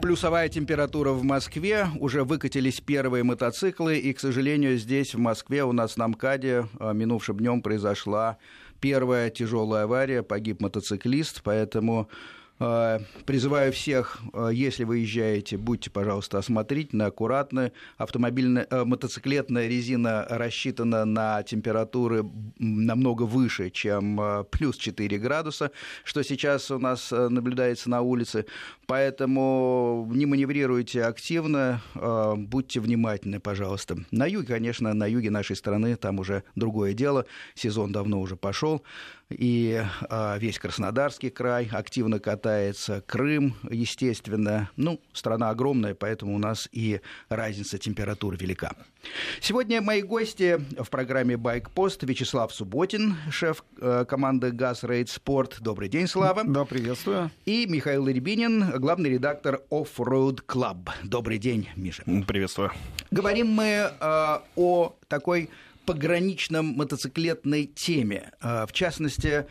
Плюсовая температура в Москве, уже выкатились первые мотоциклы, и, к сожалению, здесь, в Москве, у нас на МКАДе минувшим днем произошла первая тяжелая авария, погиб мотоциклист, поэтому призываю всех, если вы езжаете, будьте, пожалуйста, осмотрительны, аккуратны. Мотоциклетная резина рассчитана на температуры намного выше, чем плюс 4 градуса, что сейчас у нас наблюдается на улице. Поэтому не маневрируйте активно, будьте внимательны, пожалуйста. На юге, конечно, на юге нашей страны, там уже другое дело, сезон давно уже пошел. И весь Краснодарский край активно катается, Крым, естественно. Страна огромная, поэтому у нас и разница температур велика. Сегодня мои гости в программе «Байкпост» Вячеслав Субботин, шеф команды «ГАЗ Рейд Спорт». Добрый день, Слава. Да, приветствую. И Михаил Рябинин, главный редактор Off-Road Club. Добрый день, Миша. Приветствую. Говорим мы о такой пограничном мотоциклетной теме, в частности,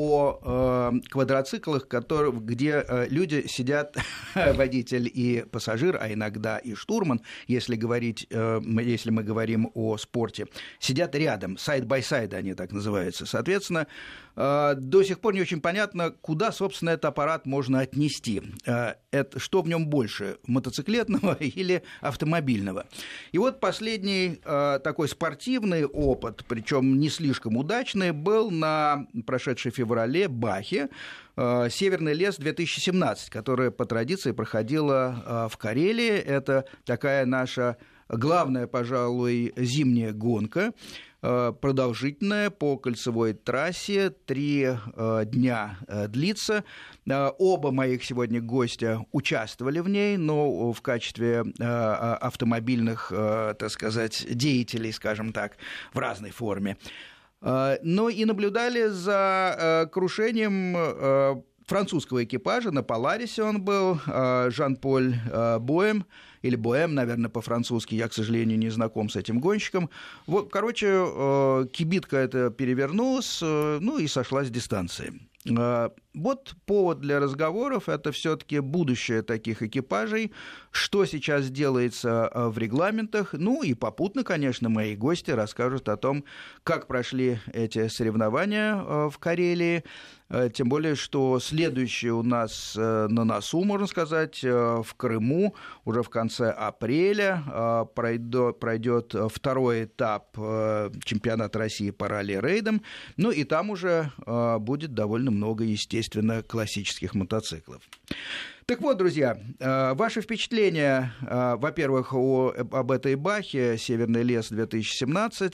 о квадроциклах, где люди сидят, водитель и пассажир, а иногда и штурман, если мы говорим о спорте, сидят рядом, side-by-side они так называются. Соответственно, до сих пор не очень понятно, куда, собственно, этот аппарат можно отнести. Что в нем больше, мотоциклетного или автомобильного? И вот последний такой спортивный опыт, причем не слишком удачный, был на прошедшей феврале Бахе, «Северный лес-2017», которая по традиции проходила в Карелии. Это такая наша главная, пожалуй, зимняя гонка, продолжительная, по кольцевой трассе, 3 дня длится. Оба моих сегодня гостя участвовали в ней, но в качестве автомобильных, так сказать, деятелей, скажем так, в разной форме. Но и наблюдали за крушением французского экипажа, на Поларисе он был, Жан-Поль Боэм, или Боэм, наверное, по-французски, я, к сожалению, не знаком с этим гонщиком. Вот, короче, кибитка эта перевернулась, и сошла с дистанции. Вот повод для разговоров – это все-таки будущее таких экипажей, что сейчас делается в регламентах, и попутно, конечно, мои гости расскажут о том, как прошли эти соревнования в Карелии, тем более, что следующее у нас на носу, можно сказать, в Крыму уже в конце апреля пройдет второй этап чемпионата России по ралли-рейдам, и там уже будет довольно много, естественно, классических мотоциклов. Так вот, друзья, ваши впечатления, во-первых, об этой Бахе «Северный лес-2017»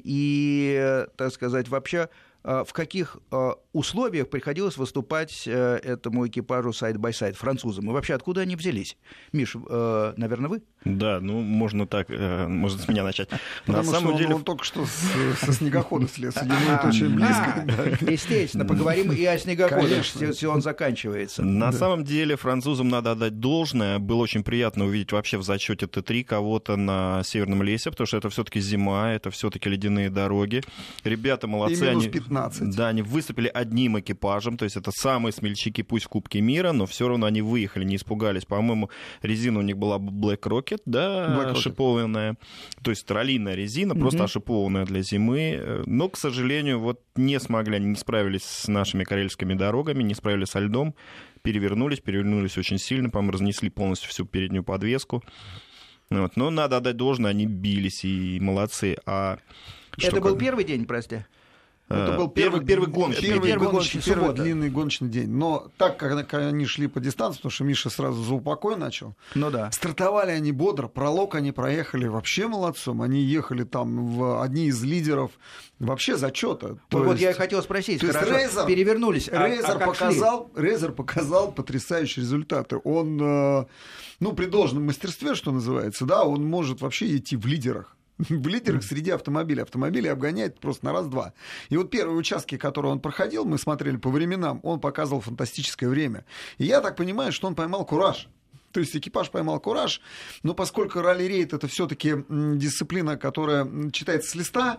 и, так сказать, вообще, в каких условиях приходилось выступать этому экипажу сайд-бай-сайд, французам? И вообще, откуда они взялись? Миш, наверное, вы? Да, можно так, можно с меня начать. На самом деле он только что со снегохода слез, ему это очень близко. Естественно, поговорим и о снегоходах, сезон заканчивается. На самом деле французам надо отдать должное. Было очень приятно увидеть вообще в зачете Т3 кого-то на Северном лесе, потому что это все-таки зима, это все-таки ледяные дороги. Ребята молодцы. И минус 15. Да, они выступили одним экипажем, то есть это самые смельчаки, пусть в Кубке мира, но все равно они выехали, не испугались. По-моему, резина у них была Black Rocket, да, шипованная, то есть раллийная резина, просто ошипованная для зимы, но, к сожалению, не смогли, они не справились с нашими карельскими дорогами, не справились со льдом, перевернулись очень сильно, по-моему, разнесли полностью всю переднюю подвеску. Но надо отдать должное, они бились и молодцы. Это был первый день, прости? Это был первый длинный гоночный день. Но так как они шли по дистанции, потому что Миша сразу за упокой начал, стартовали они бодро, пролог они проехали вообще молодцом. Они ехали там в одни из лидеров вообще зачета. Я хотел спросить, хорошо, перевернулись. Рейзер показал потрясающие результаты. Он, при должном мастерстве, что называется, он может вообще идти в лидерах. В лидерах среди автомобилей. Автомобили обгоняет просто на раз-два. И вот первые участки, которые он проходил, мы смотрели по временам, он показывал фантастическое время. И я так понимаю, что он поймал кураж. То есть экипаж поймал кураж, но поскольку ралли-рейд — это все-таки дисциплина, которая читается с листа,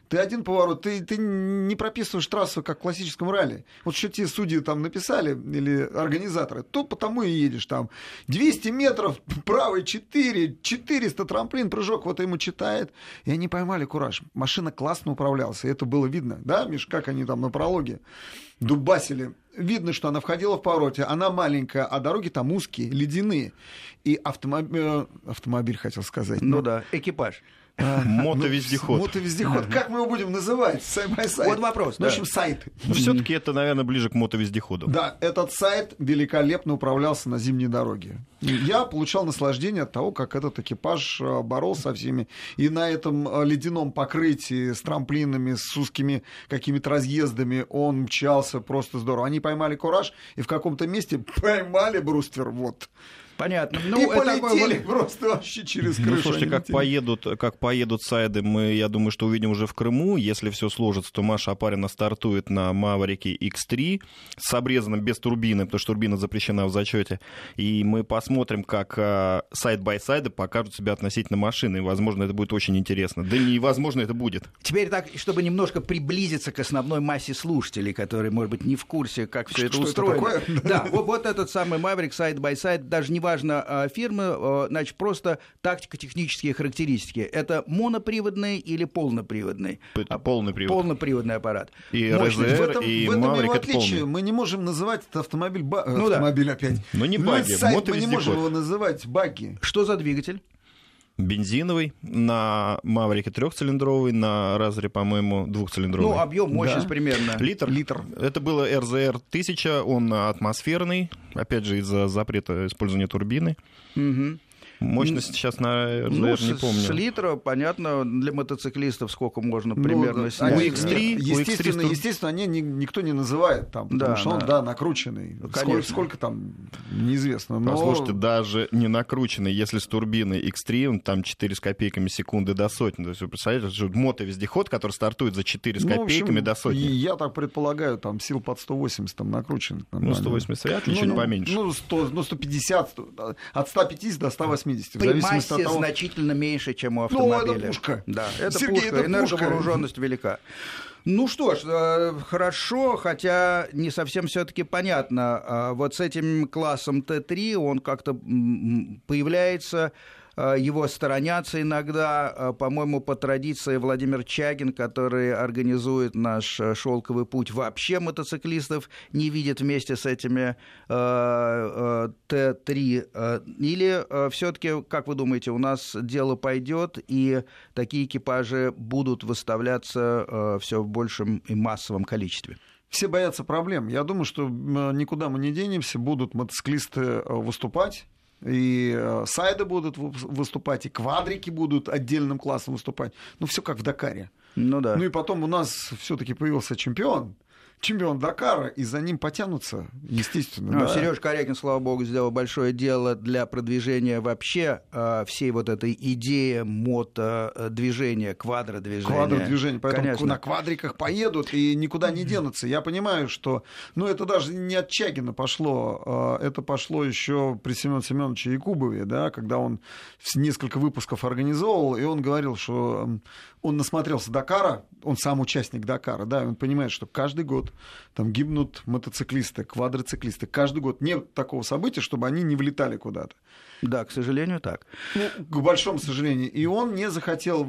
Ты один поворот, ты не прописываешь трассу, как в классическом ралли. Вот что те судьи там написали, или организаторы, то потому и едешь там. 200 метров, правый 4, 400 трамплин, прыжок, вот ему читает. И они поймали кураж. Машина классно управлялась, и это было видно. Да, Миш, как они там на прологе дубасили. Видно, что она входила в повороте, она маленькая, а дороги там узкие, ледяные. И автомобиль, хотел сказать. Ну да, экипаж. Мотовездеход. Мотовездеход. Как мы его будем называть? Сайт-бай-сайт. Вот вопрос. В общем, сайт. Все-таки это, наверное, ближе к мотовездеходу. Да, этот сайт великолепно управлялся на зимней дороге. Я получал наслаждение от того, как этот экипаж боролся со всеми. И на этом ледяном покрытии с трамплинами, с узкими какими-то разъездами он мчался просто здорово. Они поймали кураж и в каком-то месте поймали бруствер. Вот. Понятно. И полетели просто вообще через крышу. Ну, слушайте, как поедут сайды, мы, я думаю, что увидим уже в Крыму. Если все сложится, то Маша Апарина стартует на Маврике X3 с обрезанным без турбины, потому что турбина запрещена в зачете. И мы посмотрим, как сайд-бай-сайды покажут себя относительно машины. И, возможно, это будет очень интересно. Да и, возможно, это будет. Теперь так, чтобы немножко приблизиться к основной массе слушателей, которые, может быть, не в курсе, как все это устроено. Да, вот этот самый Maverick сайд-бай-сайд, даже не важно фирмы, значит, просто тактико-технические характеристики. Это моноприводный или полноприводный? Полный привод. Полноприводный аппарат. И РЗР, и Maverick это полный. Мы не можем называть этот автомобиль опять. Ну не багги, мы не можем его называть багги. Что за двигатель? Бензиновый, на Маврике 3-цилиндровый, на Разере, по-моему, 2-цилиндровый. Ну, объем, мощность примерно. Литр. Это было РЗР 1000, он атмосферный, опять же, из-за запрета использования турбины. Угу. Мощность сейчас на РЗР не помню. С литра, понятно, для мотоциклистов сколько можно примерно снять. У X3, естественно, они никто не называет там, потому что он, накрученный. Сколько там, неизвестно. Но... Послушайте, даже не накрученный, если с турбиной X3, он там 4 с копейками секунды до сотни. То есть вы представляете, что мотовездеход, который стартует за 4 с копейками до сотни. Я так предполагаю, там сил под 180 там накручен. Ну, 180 вряд ли, чуть поменьше. 150, от 150 до 180. При массе от того... значительно меньше, чем у автомобиля. Ну, это пушка. Да, это Сергей, пушка, энерговооруженность велика. Ну что ж, хорошо, хотя не совсем все-таки понятно. Вот с этим классом Т3 он как-то появляется... Его сторонятся иногда, по-моему, по традиции Владимир Чагин, который организует наш «Шелковый путь», вообще мотоциклистов не видит вместе с этими Т3. Или все-таки, как вы думаете, у нас дело пойдет, и такие экипажи будут выставляться все в большем и массовом количестве? Все боятся проблем. Я думаю, что никуда мы не денемся, будут мотоциклисты выступать. И сайды будут выступать, и квадрики будут отдельным классом выступать. Ну, все как в Дакаре. Ну да. Ну и потом у нас все-таки появился чемпион Дакара, и за ним потянутся, естественно. Да. Серёж Корякин, слава богу, сделал большое дело для продвижения вообще всей вот этой идеи мотодвижения, квадродвижения. Поэтому конечно. На квадриках поедут и никуда не денутся. Я понимаю, что это даже не от Чагина пошло, это пошло еще при Семёне Семёновиче Якубове, да, когда он несколько выпусков организовывал, и он говорил, что он насмотрелся Дакара, он сам участник Дакара, да, и он понимает, что каждый год там гибнут мотоциклисты, квадроциклисты. Каждый год нет такого события, чтобы они не влетали куда-то. Да, к сожалению, так. К большому сожалению. И он не захотел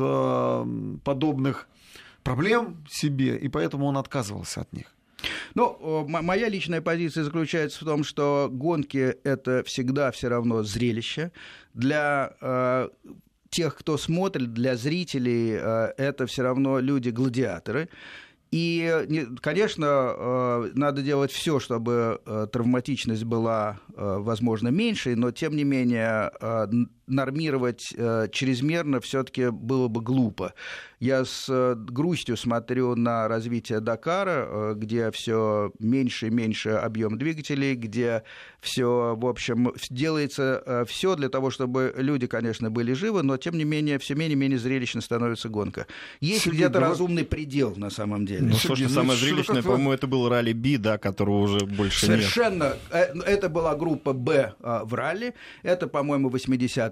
подобных проблем себе, и поэтому он отказывался от них. Ну, моя личная позиция заключается в том, что гонки — это всегда все равно зрелище. Для тех, кто смотрит, для зрителей, это все равно люди-гладиаторы. И, конечно, надо делать все, чтобы травматичность была, возможно, меньшей, но, тем не менее, нормировать чрезмерно все-таки было бы глупо. Я с грустью смотрю на развитие Дакара, где все меньше и меньше объем двигателей, где все, в общем, делается все для того, чтобы люди, конечно, были живы, но, тем не менее, все менее и менее зрелищно становится гонка. Есть где-то разумный предел, на самом деле. Ну, слушайте, самое зрелищное, по-моему, это был ралли Би, да, которого уже больше совершенно. Нет. Это была группа «Б» в ралли. Это, по-моему, 80-е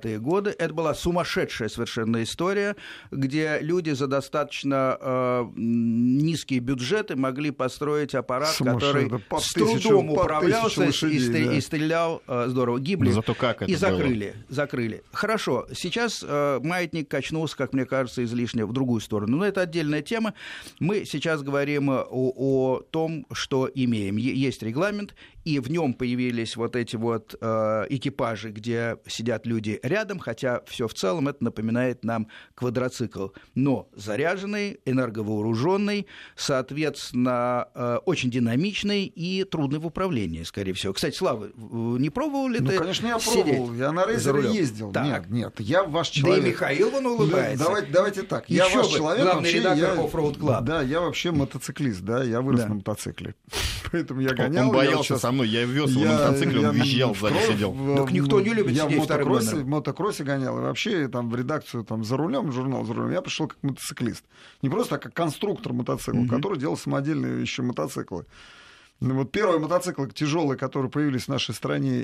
70-е годы. Это была сумасшедшая совершенно история, где люди за достаточно низкие бюджеты могли построить аппарат, который с трудом управлялся и стрелял здорово. Гибли. Зато как это и закрыли. Хорошо, сейчас маятник качнулся, как мне кажется, излишне в другую сторону. Но это отдельная тема. Мы сейчас говорим о том, что имеем. Есть регламент, и в нем появились вот эти вот экипажи, где сидят люди рядом, хотя все в целом это напоминает нам квадроцикл. Но заряженный, энерговооруженный, соответственно, очень динамичный и трудный в управлении, скорее всего. Кстати, Слава, не пробовал ли ты сидеть? Конечно, я пробовал. Я на рейзере ездил. Нет, я ваш человек. Да и Михаил, он улыбается. Давайте так. Я ваш человек. Главный редактор Offroad Club. Да, я вообще мотоциклист, да, я вырос на мотоцикле. Поэтому я гонял. Он боялся со мной, я вез его на мотоцикле, он визжал, сзади сидел. Так никто не любит сидеть вторым номером. Я в мотокроссе гонял, и вообще там в редакцию там, за рулем, журнал за рулем, я пришел как мотоциклист. Не просто, а как конструктор мотоциклов, который делал самодельные еще мотоциклы. Вот первые мотоциклы тяжелые, которые появились в нашей стране,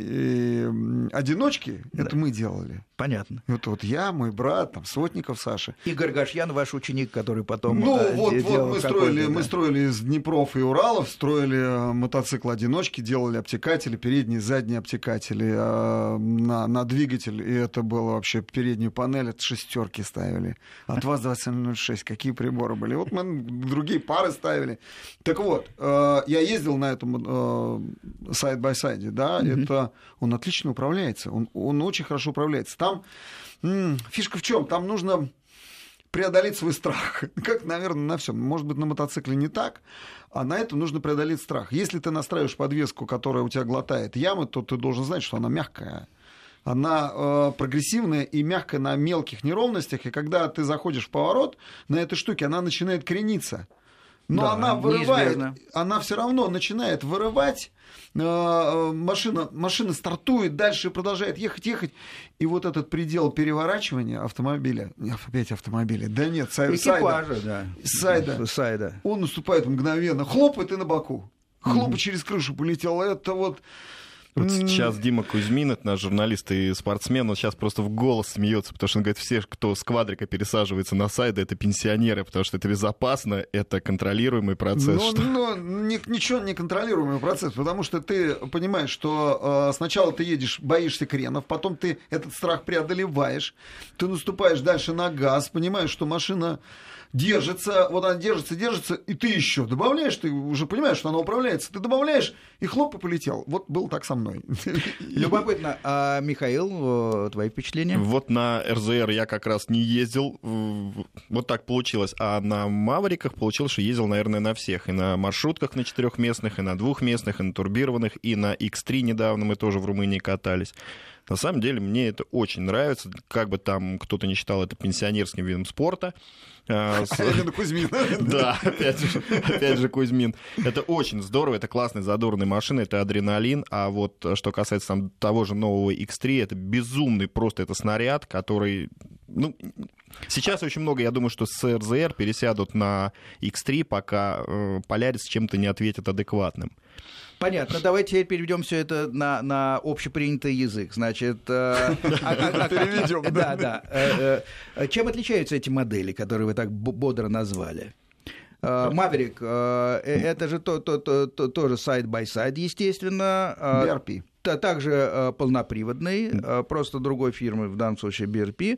одиночки, это мы делали. Понятно. Вот я, мой брат, там, Сотников Саша. Игорь Гашьян, ваш ученик, который потом мы строили из Днепров и Уралов, строили мотоциклы-одиночки, делали обтекатели, передние, задние обтекатели на двигатель, и это было вообще переднюю панель, от шестерки ставили. От ВАЗ-2706, какие приборы были. Вот мы другие пары ставили. Так вот, я ездил на этом сайд-бай-сайде, да, это он отлично управляется, он очень хорошо управляется. Там фишка в чем? Там нужно преодолеть свой страх. Как, наверное, на всем. Может быть, на мотоцикле не так, а на этом нужно преодолеть страх. Если ты настраиваешь подвеску, которая у тебя глотает ямы, то ты должен знать, что она мягкая. Она прогрессивная и мягкая на мелких неровностях, и когда ты заходишь в поворот, на этой штуке она начинает крениться. Но она вырывает, она все равно начинает вырывать, машина стартует, дальше продолжает ехать. И вот этот предел переворачивания автомобиля, сайда, он наступает мгновенно, хлопает и на боку. Хлопает через крышу полетел. Это вот... Вот сейчас Дима Кузьмин, это наш журналист и спортсмен, он сейчас просто в голос смеется, потому что он говорит, все, кто с квадрика пересаживается на сайды, это пенсионеры, потому что это безопасно, это контролируемый процесс. Ничего не контролируемый процесс, потому что ты понимаешь, что сначала ты едешь, боишься кренов, потом ты этот страх преодолеваешь, ты наступаешь дальше на газ, понимаешь, что машина держится, вот она держится, и ты еще добавляешь, ты уже понимаешь, что она управляется, ты добавляешь, и хлоп, и полетел. Вот было так со мной. Любопытно. А, Михаил, твои впечатления? Вот на РЗР я как раз не ездил, вот так получилось. А на Мавриках получилось, что ездил, наверное, на всех. И на маршрутках на четырехместных, и на двухместных, и на турбированных, и на X3 недавно мы тоже в Румынии катались. На самом деле мне это очень нравится, как бы там кто-то не считал это пенсионерским видом спорта. Именно Кузьмин. Да, опять же Кузьмин. Это очень здорово, это классная задорная машина, это адреналин. А вот что касается там того же нового X3, это безумный просто это снаряд, который... Ну, сейчас очень много, я думаю, что с РЗР пересядут на X3, пока Polaris чем-то не ответит адекватным. Понятно. Давайте теперь переведем все это на общепринятый язык. Значит, переведем. Да. Чем отличаются эти модели, которые вы так бодро назвали? Maverick, это же тоже side-by-side, естественно. BRP. Также полноприводный, просто другой фирмы, в данном случае BRP.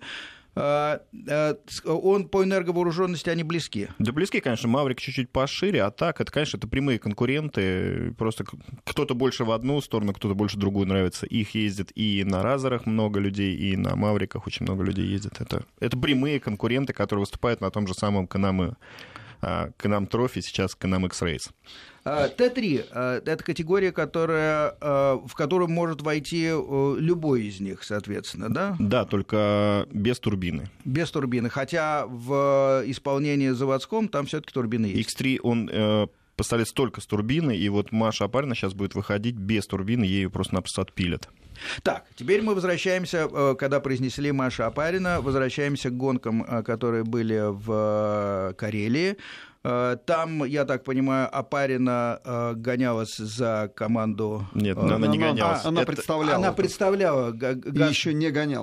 Он по энерговооруженности, они близки. Да, близки, конечно. Маврик чуть-чуть пошире, а так, это, конечно, это прямые конкуренты. Просто кто-то больше в одну сторону, кто-то больше в другую нравится. Их ездит и на Разерах много людей, и на Мавриках очень много людей ездит. Это прямые конкуренты, которые выступают на том же самом Can-Am Trophy, сейчас Can-Am X-Race. Т3 — это категория, в которую может войти любой из них, соответственно, да? Да, только без турбины. Без турбины, хотя в исполнении заводском там все-таки турбины есть. X3, он поставляет столько с турбиной, и вот Маша Опарина сейчас будет выходить без турбины, ею просто-напросто отпилят. Так, теперь мы возвращаемся, когда произнесли Маша Опарина, возвращаемся к гонкам, которые были в Карелии. Там, я так понимаю, Опарина гонялась за команду... Нет, она не гонялась. Она представляла. Она представляла. И еще не гонялась.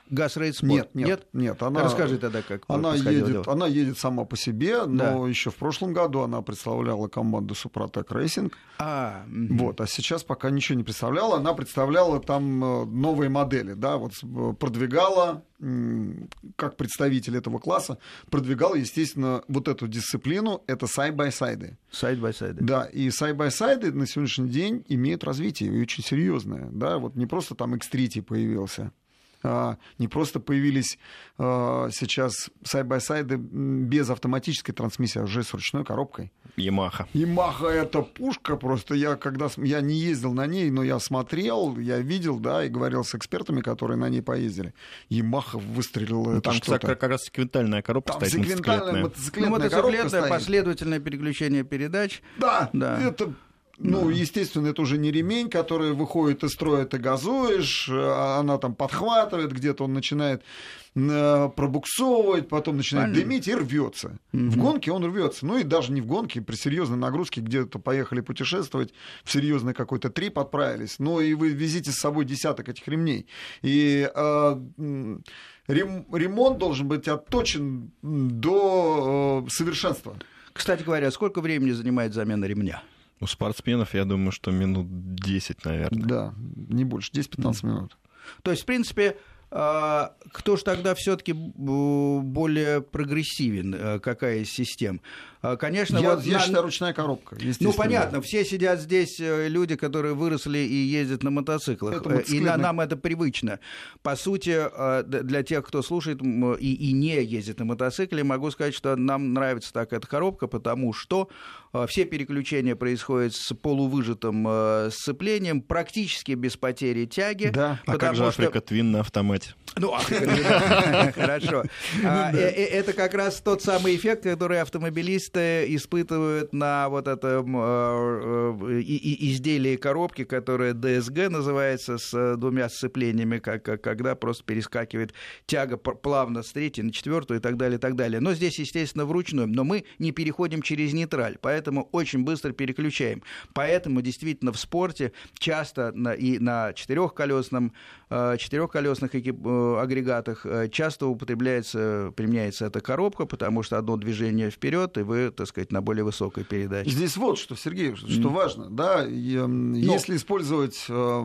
Газрейд Спорт? Нет. Расскажи тогда, как происходило дело. Она едет сама по себе, но еще в прошлом году она представляла команду Супротек Рейсинг. А сейчас пока ничего не представляла. Она представляла там новые модели, да, вот продвигала, как представитель этого класса, продвигала, естественно, вот эту дисциплину, это сайд-бай-сайды. Сайд-бай-сайды. Да, и сайд-бай-сайды на сегодняшний день имеют развитие, и очень серьезное, да, вот не просто там X3 появился, не просто появились сейчас сайд-бай-сайды без автоматической трансмиссии, а уже с ручной коробкой. Ямаха это пушка просто. Я не ездил на ней, но я смотрел, я видел, да, и говорил с экспертами, которые на ней поездили. Ямаха выстрелила. Там, кстати, как раз секвентальная коробка стоит, мотоциклетная. Мотоциклетная, последовательное переключение передач. Да. Это... естественно, это уже не ремень, который выходит из строя, ты газуешь, она там подхватывает, где-то он начинает пробуксовывать, потом начинает дымить и рвется. В гонке он рвется. Ну и даже не в гонке, при серьезной нагрузке где-то поехали путешествовать, в серьезный какой-то трип отправились. Ну и вы везите с собой десяток этих ремней. И ремонт должен быть отточен до совершенства. Кстати говоря, сколько времени занимает замена ремня? У спортсменов, я думаю, что минут 10, наверное. Да, не больше, 10-15 минут. То есть, в принципе, кто же тогда все-таки более прогрессивен, какая из систем? Конечно, я считаю, ручная коробка. Ну, понятно, все сидят здесь люди, которые выросли и ездят на мотоциклах, и нам это привычно. По сути, для тех, кто слушает и не ездит на мотоцикле, могу сказать, что нам нравится так эта коробка, потому что все переключения происходят с полувыжатым сцеплением, практически без потери тяги. Да. А как же Африка Твин на автомате? Ну, хорошо. Это как раз тот самый эффект, который автомобилисты испытывают на вот этом изделии коробки, которое ДСГ называется, с двумя сцеплениями, когда просто перескакивает тяга плавно с третьей на четвертую и так далее, и так далее. Но здесь, естественно, вручную. Но мы не переходим через нейтраль, поэтому очень быстро переключаем. Поэтому действительно в спорте часто и на четырехколесных агрегатах часто применяется эта коробка, потому что одно движение вперед, и вы, так сказать, на более высокой передаче. Здесь вот что, Сергей, что важно, да, если использовать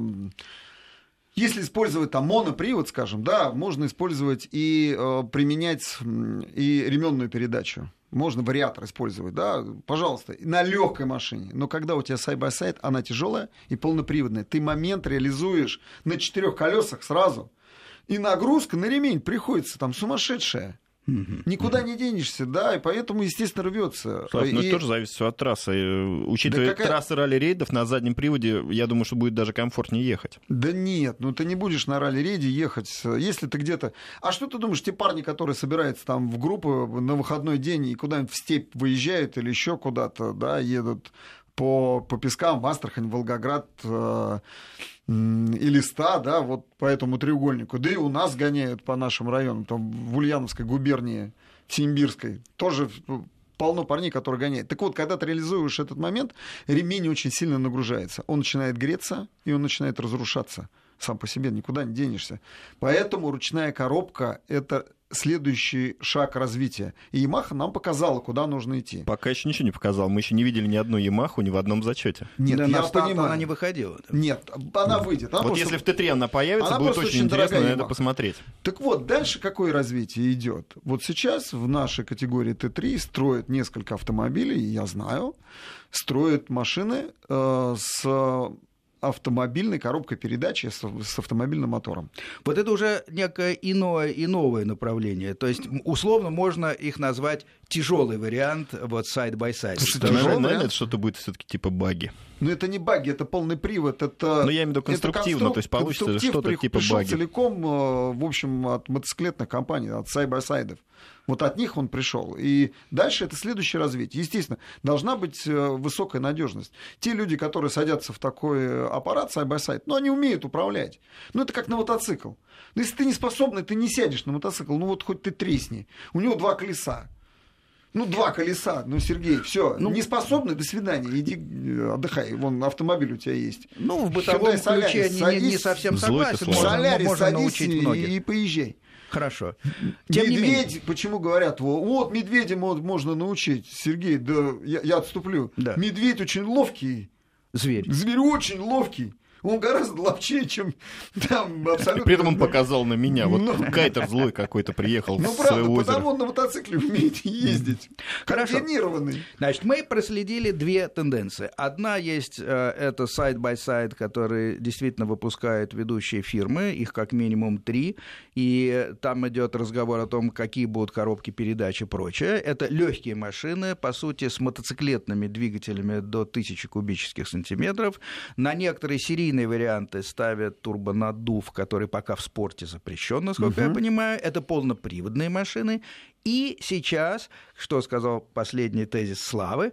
там монопривод, скажем, да, можно использовать и применять и ременную передачу. Можно вариатор использовать, да, пожалуйста, на легкой машине. Но когда у тебя сайд-бай-сайд, она тяжелая и полноприводная, ты момент реализуешь на 4 колесах сразу, и нагрузка на ремень приходится там сумасшедшая. Никуда не денешься, да, и поэтому, естественно, рвется. Но это тоже зависит все от трассы. Учитывая трассы ралли-рейдов, на заднем приводе, я думаю, что будет даже комфортнее ехать. Да нет, ты не будешь на ралли-рейде ехать, если ты где-то... А что ты думаешь, те парни, которые собираются там в группу на выходной день и куда-нибудь в степь выезжают или еще куда-то, да, едут по пескам в Астрахань, Волгоград... или 100, да, вот по этому треугольнику. Да и у нас гоняют по нашим районам, там в Ульяновской губернии, в Симбирской, тоже полно парней, которые гоняют. Так вот, когда ты реализуешь этот момент, ремень очень сильно нагружается. Он начинает греться, и он начинает разрушаться. Сам по себе никуда не денешься. Поэтому ручная коробка — это следующий шаг развития. И Ямаха нам показала, куда нужно идти. Пока еще ничего не показал. Мы еще не видели ни одну Ямаху ни в одном зачете. Нет, я понимаю. Она не выходила. Нет, она выйдет. Она вот просто... если в Т3 она появится, будет очень интересно на это посмотреть. Так вот, дальше какое развитие идет? Вот сейчас в нашей категории Т3 строят несколько автомобилей, я знаю, строят машины с автомобильной коробкой передачи с автомобильным мотором. Вот это уже некое иное и новое направление. То есть, условно, можно их назвать тяжелый вариант вот side-by-side. Наверное, это что-то будет все-таки типа баги. Но это не баги, это полный привод. Это, но я имею в виду конструктивно, то есть получится что-то типа баги. Целиком, в общем, от мотоциклетных компаний, от side-by-side'ов. Вот от них он пришел. И дальше это следующее развитие. Естественно, должна быть высокая надежность. Те люди, которые садятся в такой аппарат side-by-side, они умеют управлять. Это как на мотоцикл. Если ты не способный, ты не сядешь на мотоцикл. Вот хоть ты тресни. У него 2 колеса. Ну, 2 колеса, ну, Сергей, все, не способны, до свидания, иди отдыхай, вон автомобиль у тебя есть. Ну, в бытовом ключе не совсем согласен, можно научить многих. И поезжай. Хорошо. Медведь, почему говорят, вот медведя можно научить, Сергей, да я отступлю. Да. Медведь очень ловкий. Зверь очень ловкий. Он гораздо ловчее, чем там абсолютно... И при этом он показал на меня. Вот кайтер злой какой-то приехал в свое озеро. Потому он на мотоцикле умеет ездить. Координированный. Значит, мы проследили 2 тенденции. Одна есть, это side-by-side, который действительно выпускают ведущие фирмы, их как минимум 3, и там идет разговор о том, какие будут коробки передач и прочее. Это легкие машины, по сути, с мотоциклетными двигателями до 1000 кубических сантиметров. На некоторые серийные варианты ставят турбонаддув, который пока в спорте запрещен, насколько я понимаю. Это полноприводные машины. И сейчас, что сказал последний тезис Славы,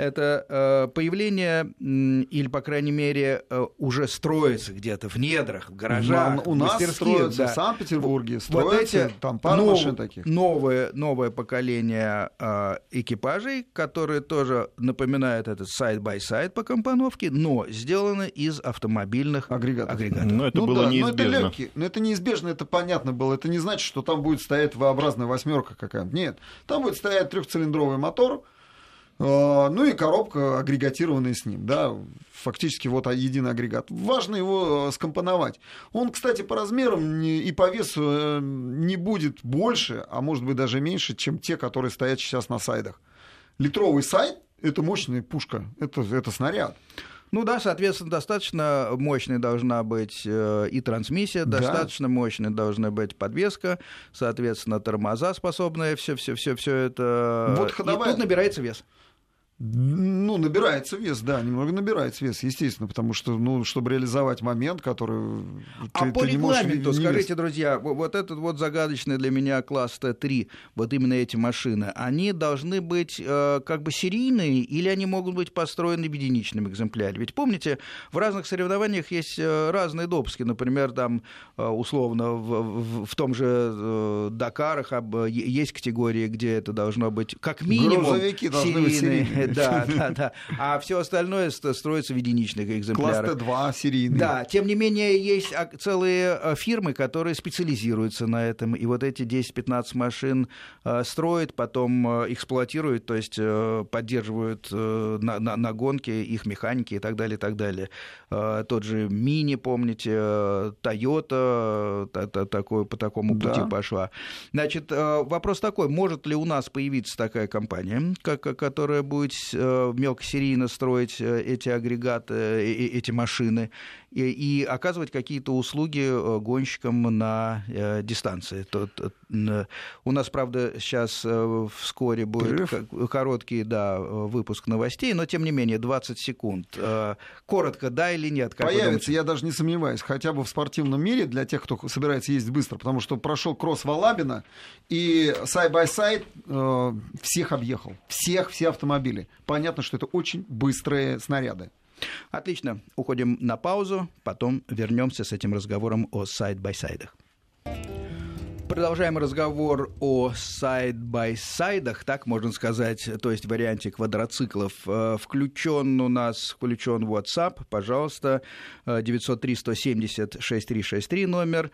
это появление, или, по крайней мере, уже строится где-то в недрах, в гаражах, у нас строятся, в Санкт-Петербурге строятся, вот там пара машин таких. Новое поколение экипажей, которые тоже напоминают этот side-by-side по компоновке, но сделаны из автомобильных агрегатов. Но это было неизбежно. Но это неизбежно, это понятно было. Это не значит, что там будет стоять V-образная восьмерка какая-то. Нет, там будет стоять 3-цилиндровый мотор, ну и коробка, агрегатированная с ним, да, фактически вот единый агрегат. Важно его скомпоновать. Он, кстати, по размерам и по весу не будет больше, а может быть даже меньше, чем те, которые стоят сейчас на сайдах. Литровый сайд — это мощная пушка, это снаряд. Ну да, соответственно, достаточно мощной должна быть и трансмиссия, достаточно мощной должна быть подвеска, соответственно, тормоза способные, все это. Вот ходовая... И тут набирается вес. Ну, набирается вес, да, немного набирается вес, естественно, потому что, ну, чтобы реализовать момент, который по регламенту, скажите, друзья, вот этот вот загадочный для меня класс Т3, вот именно эти машины, они должны быть как бы серийные или они могут быть построены в единичном экземпляре? Ведь помните, в разных соревнованиях есть разные допуски, например, там, условно, в том же Дакарах есть категории, где это должно быть как минимум грузовики должны быть серийные. Да. А все остальное строится в единичных экземплярах. Класс Т2 серийный. Да, тем не менее, есть целые фирмы, которые специализируются на этом. И вот эти 10-15 машин строят, потом эксплуатируют, то есть поддерживают на гонке их механики и так далее, и так далее. Тот же Мини, помните, Toyota по такому пути пошла. Значит, вопрос такой, может ли у нас появиться такая компания, которая будет мелкосерийно строить эти агрегаты, эти машины и оказывать какие-то услуги гонщикам на дистанции. У нас, правда, сейчас вскоре будет короткий выпуск новостей, но, тем не менее, 20 секунд. Коротко, да или нет? Появится, я даже не сомневаюсь, хотя бы в спортивном мире для тех, кто собирается ездить быстро, потому что прошел кросс Валабина, и сайд-бай-сайд всех объехал, все автомобили. Понятно, что это очень быстрые снаряды. Отлично. Уходим на паузу, потом вернемся с этим разговором о сайд-бай-сайдах. Продолжаем разговор о сайд-бай-сайдах, так можно сказать, то есть варианте квадроциклов. Включен WhatsApp, пожалуйста, 903-170-6363 номер,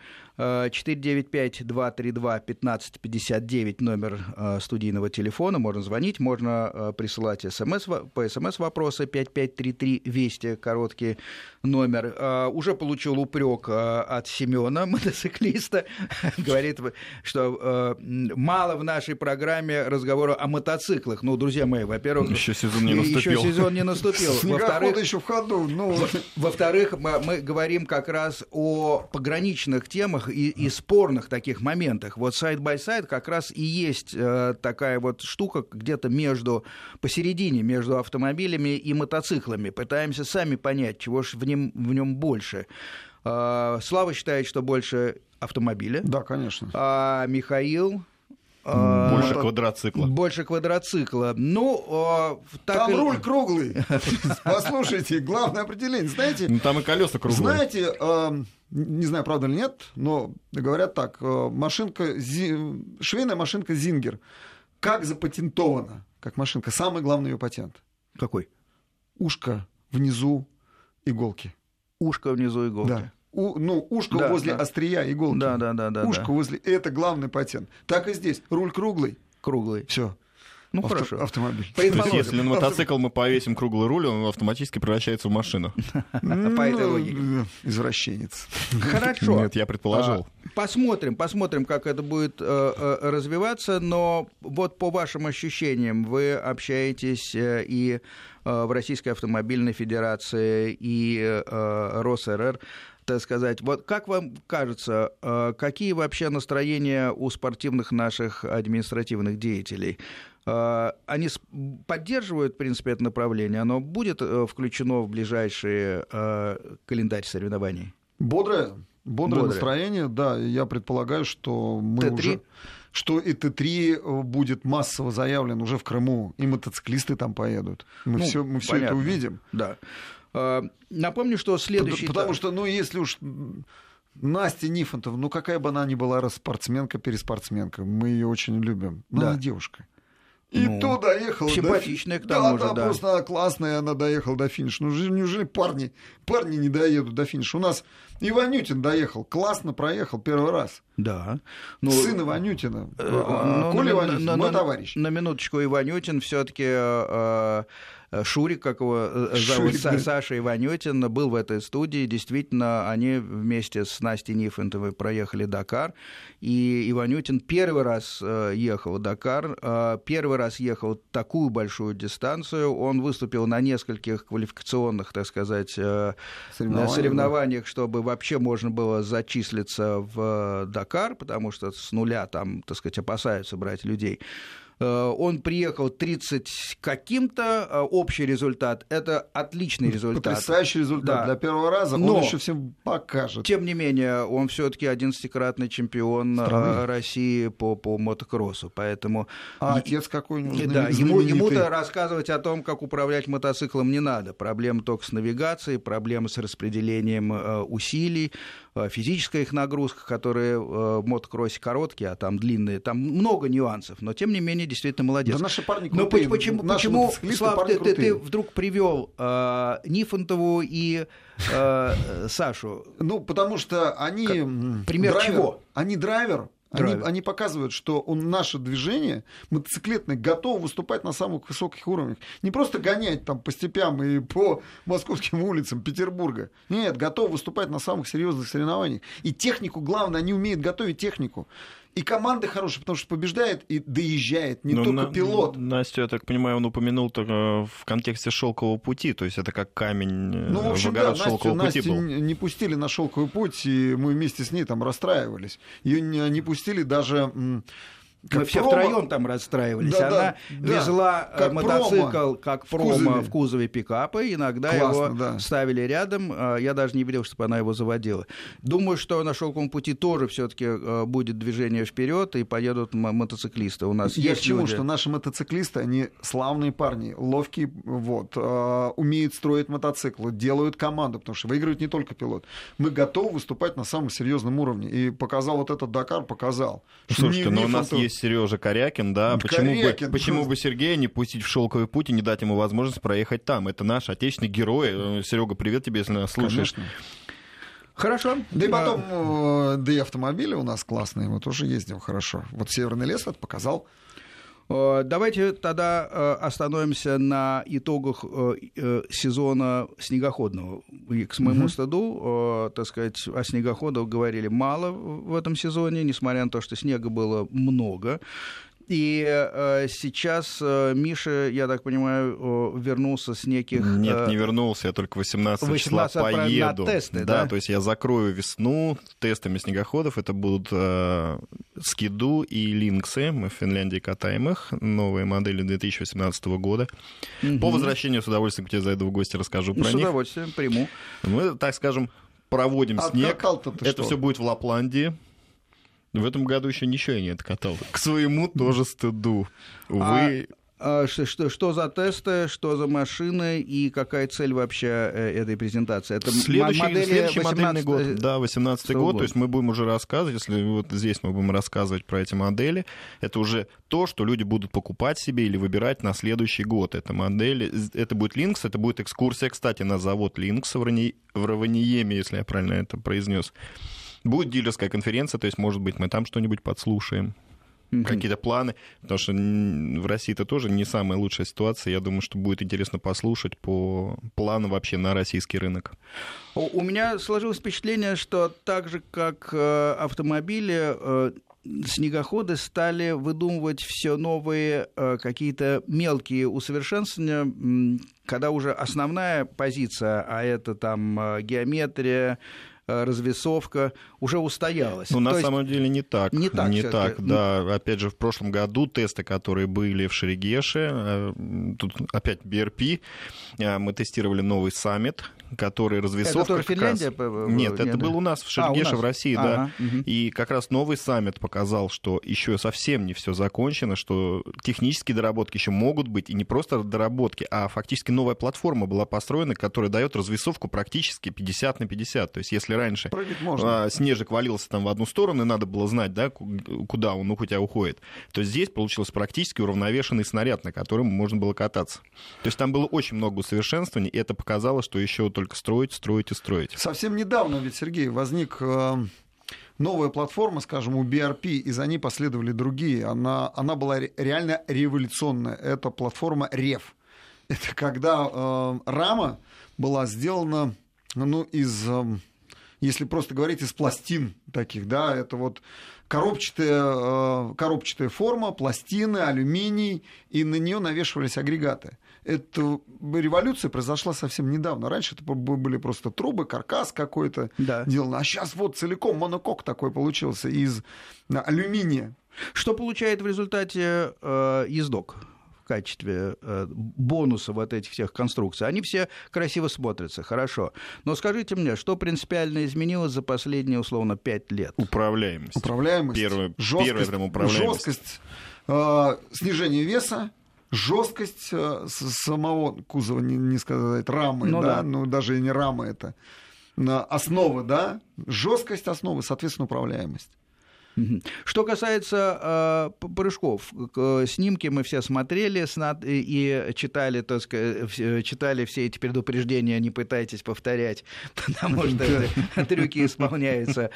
495-232-1559 номер студийного телефона, можно звонить, можно присылать по СМС вопросы 5533, Вести, короткий номер. Уже получил упрек от Семена, мотоциклиста, говорит, что мало в нашей программе разговора о мотоциклах. Ну, друзья мои, во-первых... Еще сезон не наступил. Снегоход еще в ходу. Во-вторых, мы говорим как раз о пограничных темах и спорных таких моментах. Вот сайд-бай-сайд как раз и есть такая вот штука где-то посередине между автомобилями и мотоциклами. Пытаемся сами понять, чего ж в нем больше. Слава считает, что больше автомобиля. Да, конечно. А Михаил... Больше квадроцикла. Больше квадроцикла. Ну, там руль круглый. Послушайте, главное определение. Знаете... Ну, там и колеса круглые. Знаете, не знаю, правда или нет, но говорят так, швейная машинка «Зингер». как запатентована, как машинка, самый главный ее патент? Какой? Ушко внизу иголки. Ушко внизу иголки. Да. Ушко возле острия иголки. Да. Ушко возле... Это главный патент. Так и здесь. Руль круглый. Круглый. Все. Хорошо. Автомобиль. То есть, если на мотоцикл мы повесим круглый руль, он автоматически превращается в машину. По этой логике. Извращенец. Хорошо. Нет, я предположил. Посмотрим, как это будет развиваться, но вот по вашим ощущениям, вы общаетесь и в Российской автомобильной федерации, и РосРР, так сказать. Вот как вам кажется, какие вообще настроения у спортивных наших административных деятелей? Они поддерживают, в принципе, это направление? Оно будет включено в ближайший календарь соревнований? Бодрое настроение, да. Я предполагаю, что мы Т3? уже... Что и Т3 будет массово заявлен уже в Крыму, и мотоциклисты там поедут. Мы все это увидим. Да. Напомню, что следующий... Потому что, если уж... Настя Нифонтова, какая бы она ни была спортсменка, мы ее очень любим. Она девушка. И то доехала. Симпатичная, к тому же, да. Просто классная, она доехала до финиша. Неужели парни не доедут до финиша? У нас Иванютин доехал, классно проехал первый раз. Да. Сын Иванютина. Коля Иванютин, мой товарищ. На минуточку, Иванютин все-таки... Шурик, как его зовут, Саша Иванютин, был в этой студии. Действительно, они вместе с Настей Нифонтовой проехали Дакар. И Иванютин первый раз ехал в Дакар, первый раз ехал такую большую дистанцию. Он выступил на нескольких квалификационных, так сказать, соревнованиях, чтобы вообще можно было зачислиться в Дакар, потому что с нуля там, так сказать, опасаются брать людей. Он приехал 30 каким-то, общий результат, это отличный результат. Потрясающий результат для первого раза, но он еще всем покажет. Тем не менее, он все-таки 11-кратный чемпион России по мотокроссу, поэтому... отец какой у него? Да, ему-то рассказывать о том, как управлять мотоциклом, не надо. Проблемы только с навигацией, проблемы с распределением усилий, физическая их нагрузка, которые в мотокроссе короткие, а там длинные, там много нюансов, но тем не менее действительно молодец. Да наши парни крутые. Но почему Слав, ты вдруг привел Нифонтову и Сашу? Потому что они... Пример драйвер, чего? Они драйвер. Они показывают, что наше движение мотоциклетное готово выступать на самых высоких уровнях. Не просто гонять там по степям и по московским улицам Петербурга. Нет, готовы выступать на самых серьезных соревнованиях. И технику, главное, они умеют готовить технику. И команда хорошая, потому что побеждает и доезжает не только пилот. Настю, я так понимаю, он упомянул в контексте шелкового пути, то есть это как камень в огород шелкового пути был. Настю не пустили на шелковый путь, и мы вместе с ней там расстраивались. Ее не пустили даже... Мы все втроем там расстраивались. Она везла мотоцикл как промо в кузове пикапа, иногда его ставили рядом. Я даже не видел, чтобы она его заводила. Думаю, что на шелковом пути тоже все-таки будет движение вперед и поедут мотоциклисты. У нас Я есть к чему, люди... что наши мотоциклисты, они славные парни, ловкие, умеют строить мотоциклы, делают команду, потому что выигрывает не только пилот. Мы готовы выступать на самом серьезном уровне. И показал этот Дакар, показал. Слушайте, но у нас есть Сережа Корякин, да, почему бы Сергея не пустить в шелковый путь и не дать ему возможность проехать там? Это наш отечественный герой. Серега, привет тебе, если нас слушаешь. Конечно. Хорошо. Да и потом, и автомобили у нас классные, мы тоже ездим хорошо. Вот Северный лес это показал. Давайте тогда остановимся на итогах сезона снегоходного. И к моему стыду, так сказать, о снегоходах говорили мало в этом сезоне, несмотря на то, что снега было много. И сейчас Миша, я так понимаю, вернулся с неких... Нет, не вернулся, я только 18 числа поеду. На тесты, да, то есть я закрою весну тестами снегоходов. Это будут Скиду и Линксы. Мы в Финляндии катаем их. Новые модели 2018 года. По возвращению с удовольствием к тебе зайду в гости, расскажу про них. С удовольствием, приму. Мы, так скажем, проводим снег. Это все будет в Лапландии. В этом году еще ничего я не откатал. К своему тоже стыду. Увы. Что за тесты, что за машины и какая цель вообще этой презентации? Это следующий модельный год, да, 18-й год, то есть мы будем уже рассказывать, если вот здесь мы будем рассказывать про эти модели, это уже то, что люди будут покупать себе или выбирать на следующий год. Это модели, это будет Lynx, это будет экскурсия, кстати, на завод Lynx в Раваньеме, если я правильно это произнес. Будет дилерская конференция, то есть, может быть, мы там что-нибудь подслушаем. Какие-то планы, потому что в России это тоже не самая лучшая ситуация. Я думаю, что будет интересно послушать по плану вообще на российский рынок. У меня сложилось впечатление, что так же, как автомобили, снегоходы стали выдумывать все новые какие-то мелкие усовершенствования, когда уже основная позиция, а это там геометрия, развесовка, уже устоялась. Ну, на самом деле не так. Не так, да. Опять же, в прошлом году тесты, которые были в Шерегеше, тут опять BRP, мы тестировали новый Summit, который развесовка... Это Финляндия? Нет, это был у нас в Шерегеше, в России, да. Угу. И как раз новый Summit показал, что еще совсем не все закончено, что технические доработки еще могут быть, и не просто доработки, а фактически новая платформа была построена, которая дает развесовку практически 50/50. То есть если раньше снежик валился там в одну сторону, и надо было знать, да, куда он у тебя уходит, то здесь получился практически уравновешенный снаряд, на котором можно было кататься. То есть там было очень много усовершенствований, и это показало, что еще только строить. Совсем недавно ведь, Сергей, возник новая платформа, скажем, у BRP, и за ней последовали другие. Она была реально революционная. Это платформа REV. Это когда рама была сделана из... Если просто говорить, из пластин таких, да, это вот коробчатая форма, пластины, алюминий, и на нее навешивались агрегаты. Эта революция произошла совсем недавно. Раньше это были просто трубы, каркас какой-то делан, а сейчас вот целиком монокок такой получился из алюминия. Что получает в результате ездок? В качестве бонуса вот этих всех конструкций. Они все красиво смотрятся, хорошо. Но скажите мне, что принципиально изменилось за последние, условно, 5 лет? Управляемость. Первая прям управляемость. Жесткость, снижение веса, жесткость самого кузова, не сказать, рамы, даже и не рамы это. Основы, да, жесткость основы, соответственно, управляемость. Что касается прыжков, снимки мы все смотрели и читали, так сказать, читали все эти предупреждения, не пытайтесь повторять, потому что трюки исполняются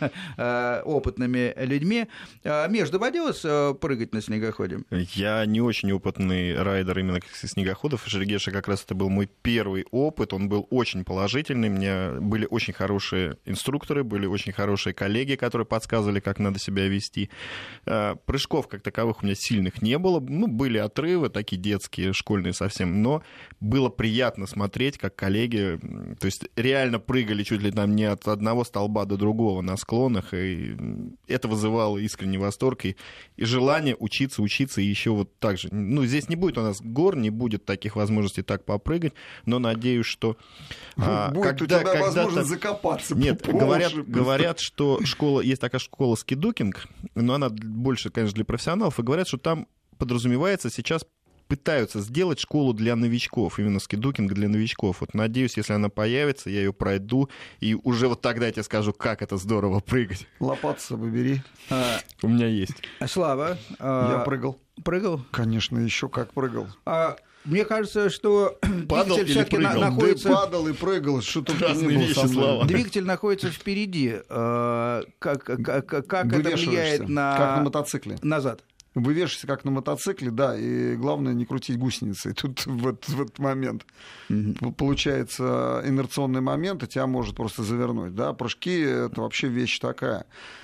опытными людьми. Меж, доводилось прыгать на снегоходе? Я не очень опытный райдер именно снегоходов. Шерегеша как раз это был мой первый опыт, он был очень положительный, у меня были очень хорошие инструкторы, были очень хорошие коллеги, которые подсказывали, как надо себя вести. Прыжков как таковых у меня сильных не было. Были отрывы, такие детские, школьные совсем, но было приятно смотреть, как коллеги, то есть реально прыгали чуть ли там не от одного столба до другого на склонах, и это вызывало искренний восторг и желание учиться, и еще вот так же. Здесь не будет у нас гор, не будет таких возможностей так попрыгать, но надеюсь, что... Будет у тебя возможность закопаться. Нет, говорят, что есть такая школа скидукинг, но она больше, конечно, для профессионалов, и говорят, что там подразумевается сейчас пытаются сделать школу для новичков, именно скидукинг для новичков. Вот надеюсь, если она появится, я ее пройду, и уже вот тогда я тебе скажу, как это здорово прыгать. Лопату с собой бери. У меня есть. Слава. Я прыгал. Прыгал? Конечно, еще как прыгал. Мне кажется, что двигатель все-таки находится... Падал и прыгал, что-то разные вещи, Слава. Двигатель находится впереди. Как это влияет на... Как на мотоцикле. Назад. Вывешивайся как на мотоцикле, да, и главное не крутить гусеницы. Тут в этот момент получается инерционный момент, и тебя может просто завернуть. Да? Прыжки — это вообще вещь такая.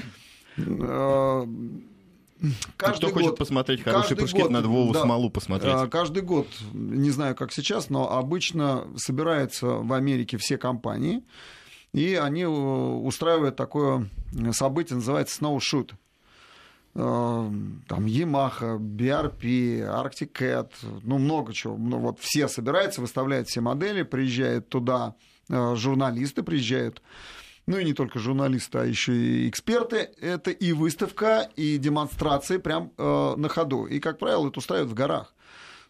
Кто хочет посмотреть хорошие прыжки, надо Вову Смолу посмотреть. Каждый год, не знаю, как сейчас, но обычно собираются в Америке все компании, и они устраивают такое событие, называется Snowshoot. Там Yamaha, BRP, Arctic Cat, много чего. Вот все собираются, выставляют все модели, приезжают туда журналисты, приезжают. И не только журналисты, а еще и эксперты. Это и выставка, и демонстрации прям на ходу. И, как правило, это устраивают в горах.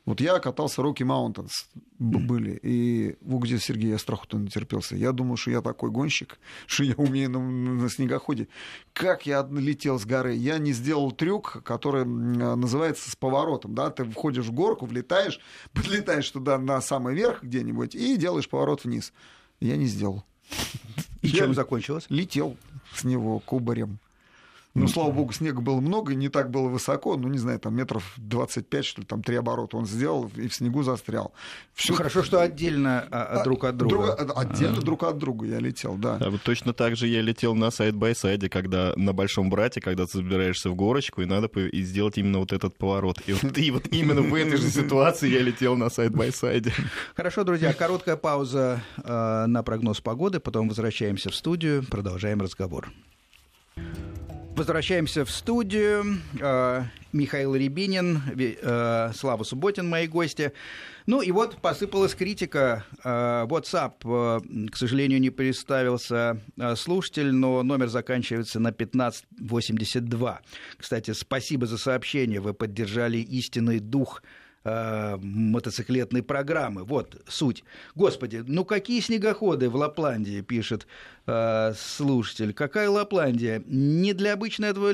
Вот я катался Rocky Mountains, были, и где Сергей, я страху-то натерпелся. Я думаю, что я такой гонщик, что я умею на снегоходе. Как я летел с горы? Я не сделал трюк, который называется с поворотом. Да? Ты входишь в горку, влетаешь, подлетаешь туда на самый верх где-нибудь и делаешь поворот вниз. Я не сделал. И чем закончилось? Летел с него кубарем. Ну, слава богу, снега было много, не так было высоко, ну, не знаю, там метров 25, что ли, там 3 оборота он сделал и в снегу застрял. Всё... Ну, хорошо, что отдельно друг от друга. Отдельно друг от друга я летел, да. А вот точно так же я летел на сайд-бай-сайде, когда на Большом Брате, когда ты забираешься в горочку, и надо сделать именно вот этот поворот. И вот именно в этой же ситуации я летел на сайд-бай-сайде. Хорошо, друзья, короткая пауза на прогноз погоды, потом возвращаемся в студию, продолжаем разговор. Возвращаемся в студию. Михаил Рябинин, Слава Субботин, мои гости. Ну и вот посыпалась критика. WhatsApp, к сожалению, не представился слушатель, но номер заканчивается на 1582. Кстати, спасибо за сообщение. Вы поддержали истинный дух мотоциклетной программы. Вот суть. Господи, ну какие снегоходы в Лапландии, пишет слушатель. Какая Лапландия? Не для обычного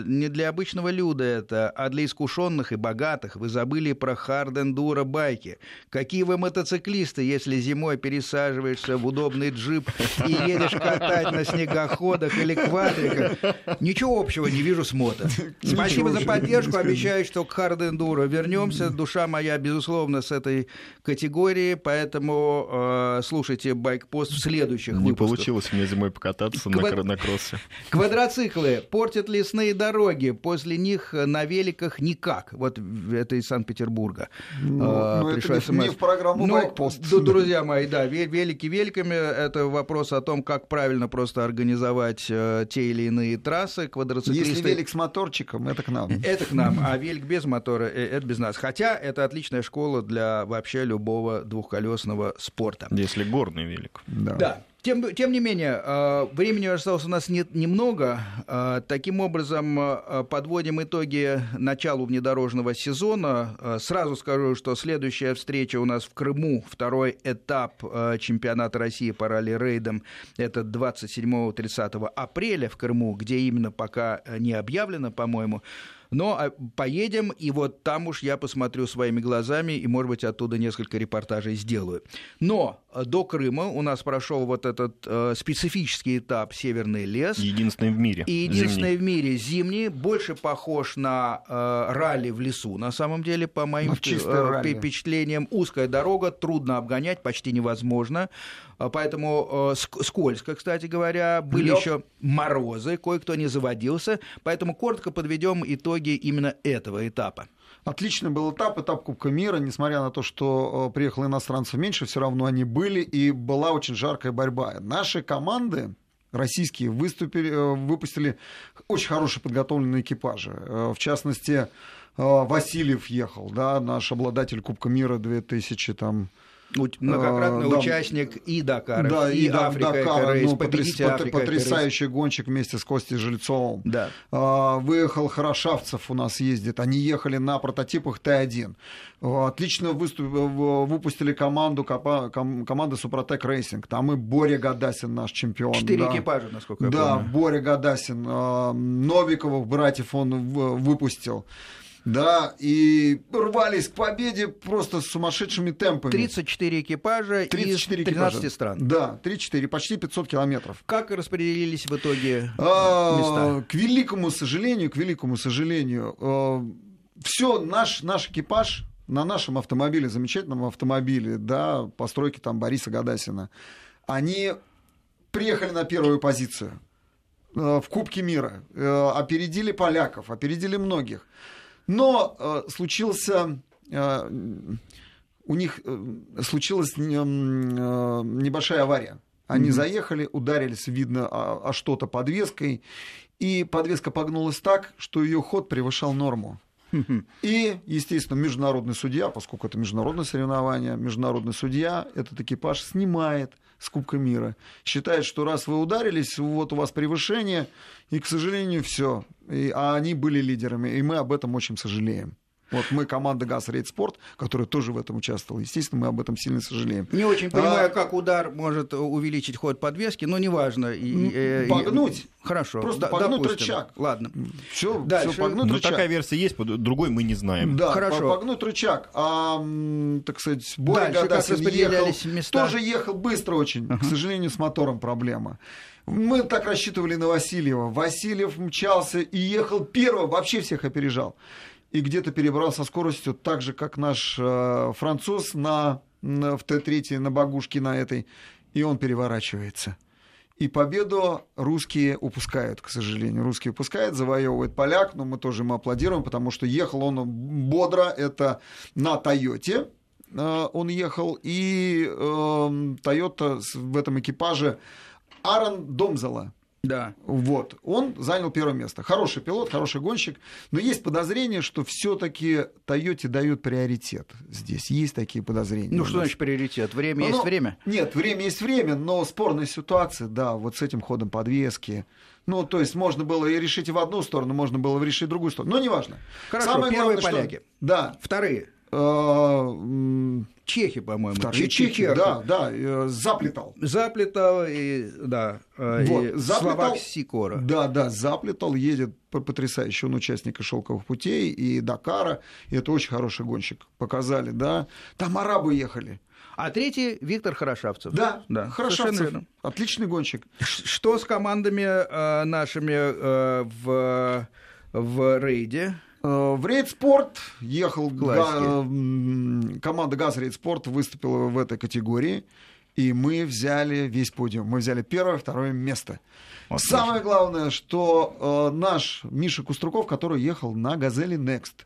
люда это, а для искушенных и богатых. Вы забыли про хард-эндуро байки. Какие вы мотоциклисты, если зимой пересаживаешься в удобный джип и едешь катать на снегоходах или квадриках? Ничего общего не вижу с мото. Спасибо за поддержку. Обещаю, что к хард-эндуро вернемся. Душа моя, безусловно, с этой категории, поэтому слушайте Байкпост в следующих выпусках. Не получилось мне зимой покататься на кроссе. Квадроциклы портят лесные дороги, после них на великах никак. Вот это из Санкт-Петербурга. Это не в программу Байкпост. Друзья мои, да, велики великами, это вопрос о том, как правильно просто организовать те или иные трассы. Квадроциклисты... Если велик с моторчиком, это к нам. Это к нам, а велик без мотора, это без нас. Хотя это отличная школа для вообще любого двухколесного спорта. Если горный велик. Да. Тем не менее, времени осталось у нас немного. Таким образом, подводим итоги началу внедорожного сезона. Сразу скажу, что следующая встреча у нас в Крыму, второй этап чемпионата России по ралли-рейдам, это 27-30 апреля в Крыму, где именно пока не объявлено, по-моему. Но поедем, и вот там уж я посмотрю своими глазами, и, может быть, оттуда несколько репортажей сделаю. Но до Крыма у нас прошел вот этот специфический этап «Северный лес». Единственный в мире. И единственный в мире зимний, больше похож на ралли в лесу, на самом деле, по моим впечатлениям. Узкая дорога, трудно обгонять, почти невозможно. Поэтому скользко, кстати говоря, были еще морозы, кое-кто не заводился. Поэтому коротко подведем итоги именно этого этапа. Отличный был этап Кубка мира, несмотря на то, что приехало иностранцев меньше, все равно они были, и была очень жаркая борьба. Наши команды российские выпустили очень хорошие подготовленные экипажи. В частности, Васильев ехал, да, наш обладатель Кубка мира 2000 там. Многократный участник и Дакара, да, и Африка, потрясающий гонщик вместе с Костей Жильцовым. Да. Выехал Хорошавцев, у нас ездит. Они ехали на прототипах Т1. Отлично выпустили команду Супротек Рейсинг. Там и Боря Гадасин, наш чемпион. 4 экипажа, насколько я помню. Да, Боря Гадасин, Новиковых братьев он выпустил. Да, и рвались к победе просто с сумасшедшими темпами. 34 экипажа 34 из 13 стран. Да, 34, почти 500 километров. Как распределились в итоге места? К великому сожалению, все наш экипаж на нашем автомобиле, замечательном автомобиле, да, постройки там Бориса Гадасина, они приехали на первую позицию в Кубке мира, опередили поляков, опередили многих. Но у них случилась небольшая авария. Они заехали, ударились, видно, о что-то подвеской, и подвеска погнулась так, что ее ход превышал норму. И, естественно, международный судья, поскольку это международное соревнование, международный судья этот экипаж снимает с Кубка мира. Считает, что раз вы ударились, вот у вас превышение, и, к сожалению, все. А они были лидерами, и мы об этом очень сожалеем. Вот мы команда «ГАЗ Рейд Спорт», которая тоже в этом участвовала. Естественно, мы об этом сильно сожалеем. Не очень понимаю, как удар может увеличить ход подвески, но неважно. Погнуть. Хорошо. Просто погнуть рычаг. Ладно. Все, погнуть рычаг. Такая версия есть, другой мы не знаем. Да, хорошо. Погнуть рычаг. Так сказать, Боря Гадасин тоже ехал быстро очень. К сожалению, с мотором проблема. Мы так рассчитывали на Васильева. Васильев мчался и ехал первым, вообще всех опережал. И где-то перебрал со скоростью так же, как наш француз в Т3 на багушке на этой. И он переворачивается. И победу русские упускают, к сожалению. Русские упускают, завоевывает поляк, но мы тоже ему аплодируем, потому что ехал он бодро, это на «Тойоте». Он ехал, и «Тойота» в этом экипаже Арон Домзела. Да. Вот. Он занял первое место. Хороший пилот, хороший гонщик. Но есть подозрение, что все-таки «Тойоте» дают приоритет здесь. Есть такие подозрения. Ну, что значит приоритет? Время есть время? Нет, время есть время, но спорная ситуация, да, вот с этим ходом подвески. Ну, то есть можно было и решить и в одну сторону, можно было решить в другую сторону. Но неважно. Хорошо, самое первые главное, поляки. Что... Да. Вторые. Чехи, по-моему. Вторые чехи, да, заплетал. Заплетал, и, да, вот, и Словак Сикора. Да, заплетал, едет потрясающе. Он участник и «Шелковых путей», и «Дакара», и это очень хороший гонщик. Показали, да. Там арабы ехали. А третий Виктор Хорошавцев. Да, Хорошавцев, отличный гонщик. Что с командами нашими в рейде? В Рейд Спорт ехал команда «ГАЗ Рейд Спорт», выступила в этой категории, и мы взяли весь подиум. Мы взяли первое, второе место. Отлично. Самое главное, что наш Миша Куструков, который ехал на «Газели Next»,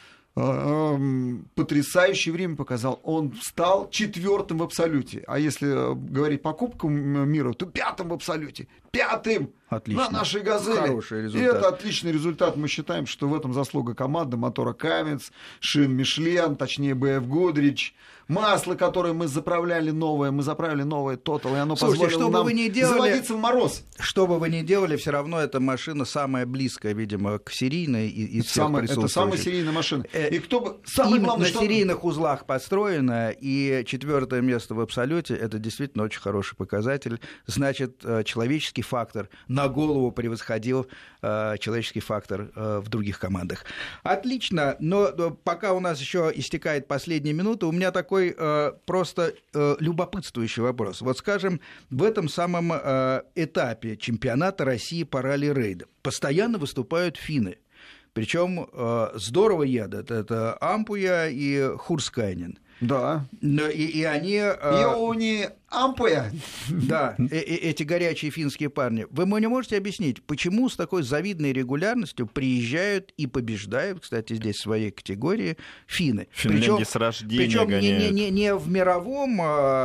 потрясающее время показал. Он стал 4-м в абсолюте. А если говорить по Кубкам мира, то 5-м в абсолюте. 5-м! Отлично. На нашей «Газели». Хороший результат. И это отличный результат. Мы считаем, что в этом заслуга команды, мотора Каменц, шин Мишлен, точнее БФ Гудрич, масло, которое мы заправляли новое Total, и оно позволило нам заводиться в мороз. Что бы вы ни делали, все равно эта машина самая близкая, видимо, к серийной из всех присутствующих. Это самая серийная машина. И кто бы... Именно на серийных узлах построена, и 4-е место в абсолюте, это действительно очень хороший показатель. Значит, человеческий фактор на голову превосходил человеческий фактор в других командах. Отлично, но пока у нас еще истекает последняя минута, у меня такой просто любопытствующий вопрос. Вот, скажем, в этом самом этапе чемпионата России по ралли-рейду постоянно выступают финны. Причем здорово едут. Это Ампуя и Хурскайнен. Да. И они... Йоуни Ампуя. Да, эти горячие финские парни. Вы мне можете объяснить, почему с такой завидной регулярностью приезжают и побеждают, кстати, здесь в своей категории, финны? Финляндия с рождения гоняют. Не в мировом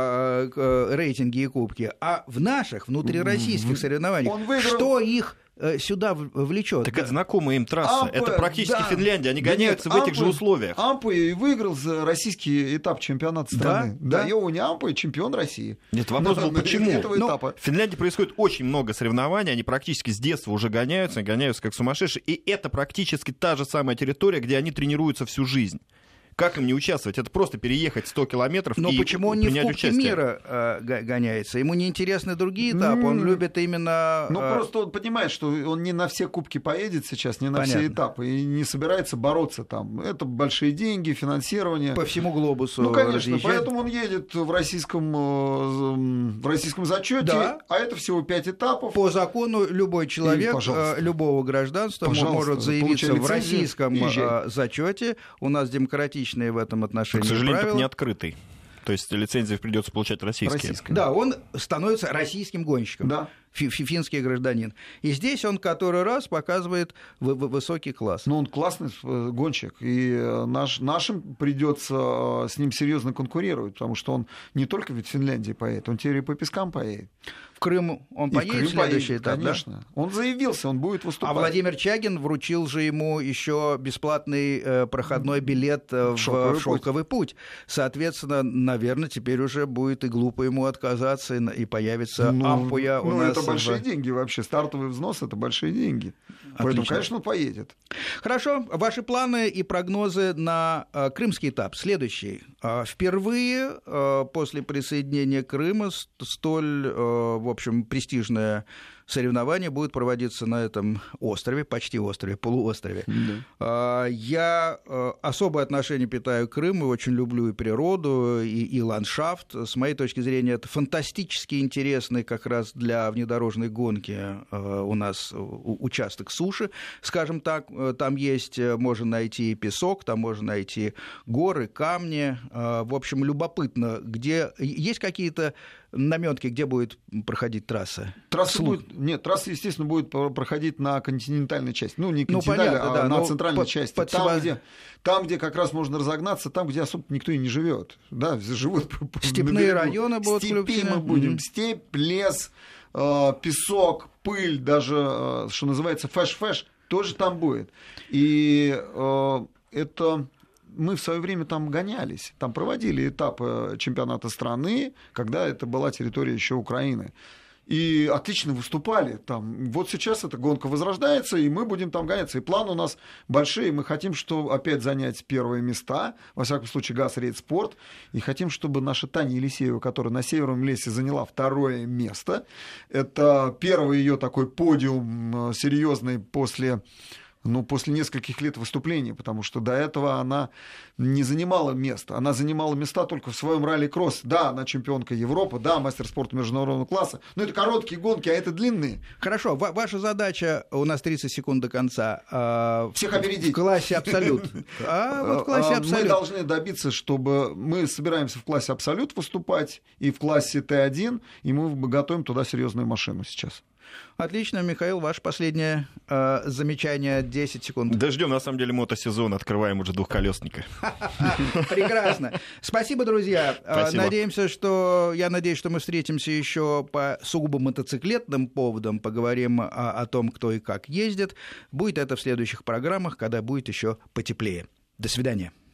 рейтинге и кубке, а в наших, внутрироссийских соревнованиях. Что их сюда влечет? Так это знакомая им трасса. Это практически Финляндия. Они гоняются в этих же условиях. Ампуя выиграл российский этап чемпионата страны. Да, Йоуни Ампуя чемпион России. Нет, вопрос был, почему? В Финляндии происходит очень много соревнований, они практически с детства уже гоняются как сумасшедшие, и это практически та же самая территория, где они тренируются всю жизнь. Как им не участвовать? Это просто переехать 100 километров и принять участие. Но почему он не в Кубке мира гоняется? Ему не интересны другие этапы, он любит именно... Ну, просто он понимает, что он не на все кубки поедет сейчас, не на все этапы, и не собирается бороться там. Это большие деньги, финансирование. По всему глобусу. Ну, конечно, поэтому он едет в российском зачете, да. А это всего 5 этапов. По закону любой человек любого гражданства может заявиться в российском зачете. У нас демократически в этом отношении. К сожалению, правила. так не открытый. То есть лицензии придется получать российские. Да, он становится российским гонщиком. Да. Финский гражданин. И здесь он который раз показывает высокий класс. Ну, он классный гонщик. И нашим придется с ним серьезно конкурировать, потому что он не только ведь в Финляндии поедет, он теперь и по пескам поедет. В Крым он поедет в следующий этап, конечно. Да? Он заявился, он будет выступать. А Владимир Чагин вручил же ему еще бесплатный проходной билет в «Шелковый путь». Соответственно, наверное, теперь уже будет и глупо ему отказаться, и появится Ампуя у нас это большие деньги вообще. Стартовый взнос — это большие деньги. Отлично. Поэтому, конечно, он поедет. Хорошо. Ваши планы и прогнозы на крымский этап следующий. Впервые после присоединения Крыма столь, в общем, престижное соревнование будет проводиться на этом острове, почти острове, полуострове. Да. Я особое отношение питаю к Крыму, очень люблю и природу, и ландшафт. С моей точки зрения, это фантастически интересный как раз для внедорожной гонки у нас участок суши, скажем так. Там есть, можно найти песок, там можно найти горы, камни. В общем, любопытно, где есть какие-то намётки, где будет проходить трасса? Трасса, естественно, будет проходить на континентальной части. Ну, не континентальной, понятно, на центральной части. Там, где как раз можно разогнаться, там, где особо никто и не живет. Да, живут степные районы будут степи мы будем. Степь, лес, песок, пыль, даже, что называется, фэш-фэш, тоже там будет. И это... Мы в свое время там гонялись, там проводили этапы чемпионата страны, когда это была территория еще Украины. И отлично выступали там. Вот сейчас эта гонка возрождается, и мы будем там гоняться. И планы у нас большие. Мы хотим, что опять занять первые места, во всяком случае, ГАЗ-Рейд-Спорт. И хотим, чтобы наша Таня Елисеева, которая на Северном лесе заняла 2-е место. Это первый ее такой подиум серьезный после нескольких лет выступления, потому что до этого она не занимала места. Она занимала места только в своем ралли-кросс. Да, она чемпионка Европы, да, мастер спорта международного класса, но это короткие гонки, а это длинные. Хорошо, ваша задача, у нас 30 секунд до конца. Всех опередить. В классе «Абсолют». В классе «Абсолют». Мы должны добиться, чтобы мы собираемся в классе «Абсолют» выступать и в классе Т1, и мы готовим туда серьезную машину сейчас. Отлично, Михаил, ваше последнее замечание, 10 секунд. Да ждем, на самом деле, мотосезон, открываем уже двухколесника. Прекрасно. Спасибо, друзья. Я надеюсь, что мы встретимся еще по сугубо мотоциклетным поводам, поговорим о том, кто и как ездит. Будет это в следующих программах, когда будет еще потеплее. До свидания.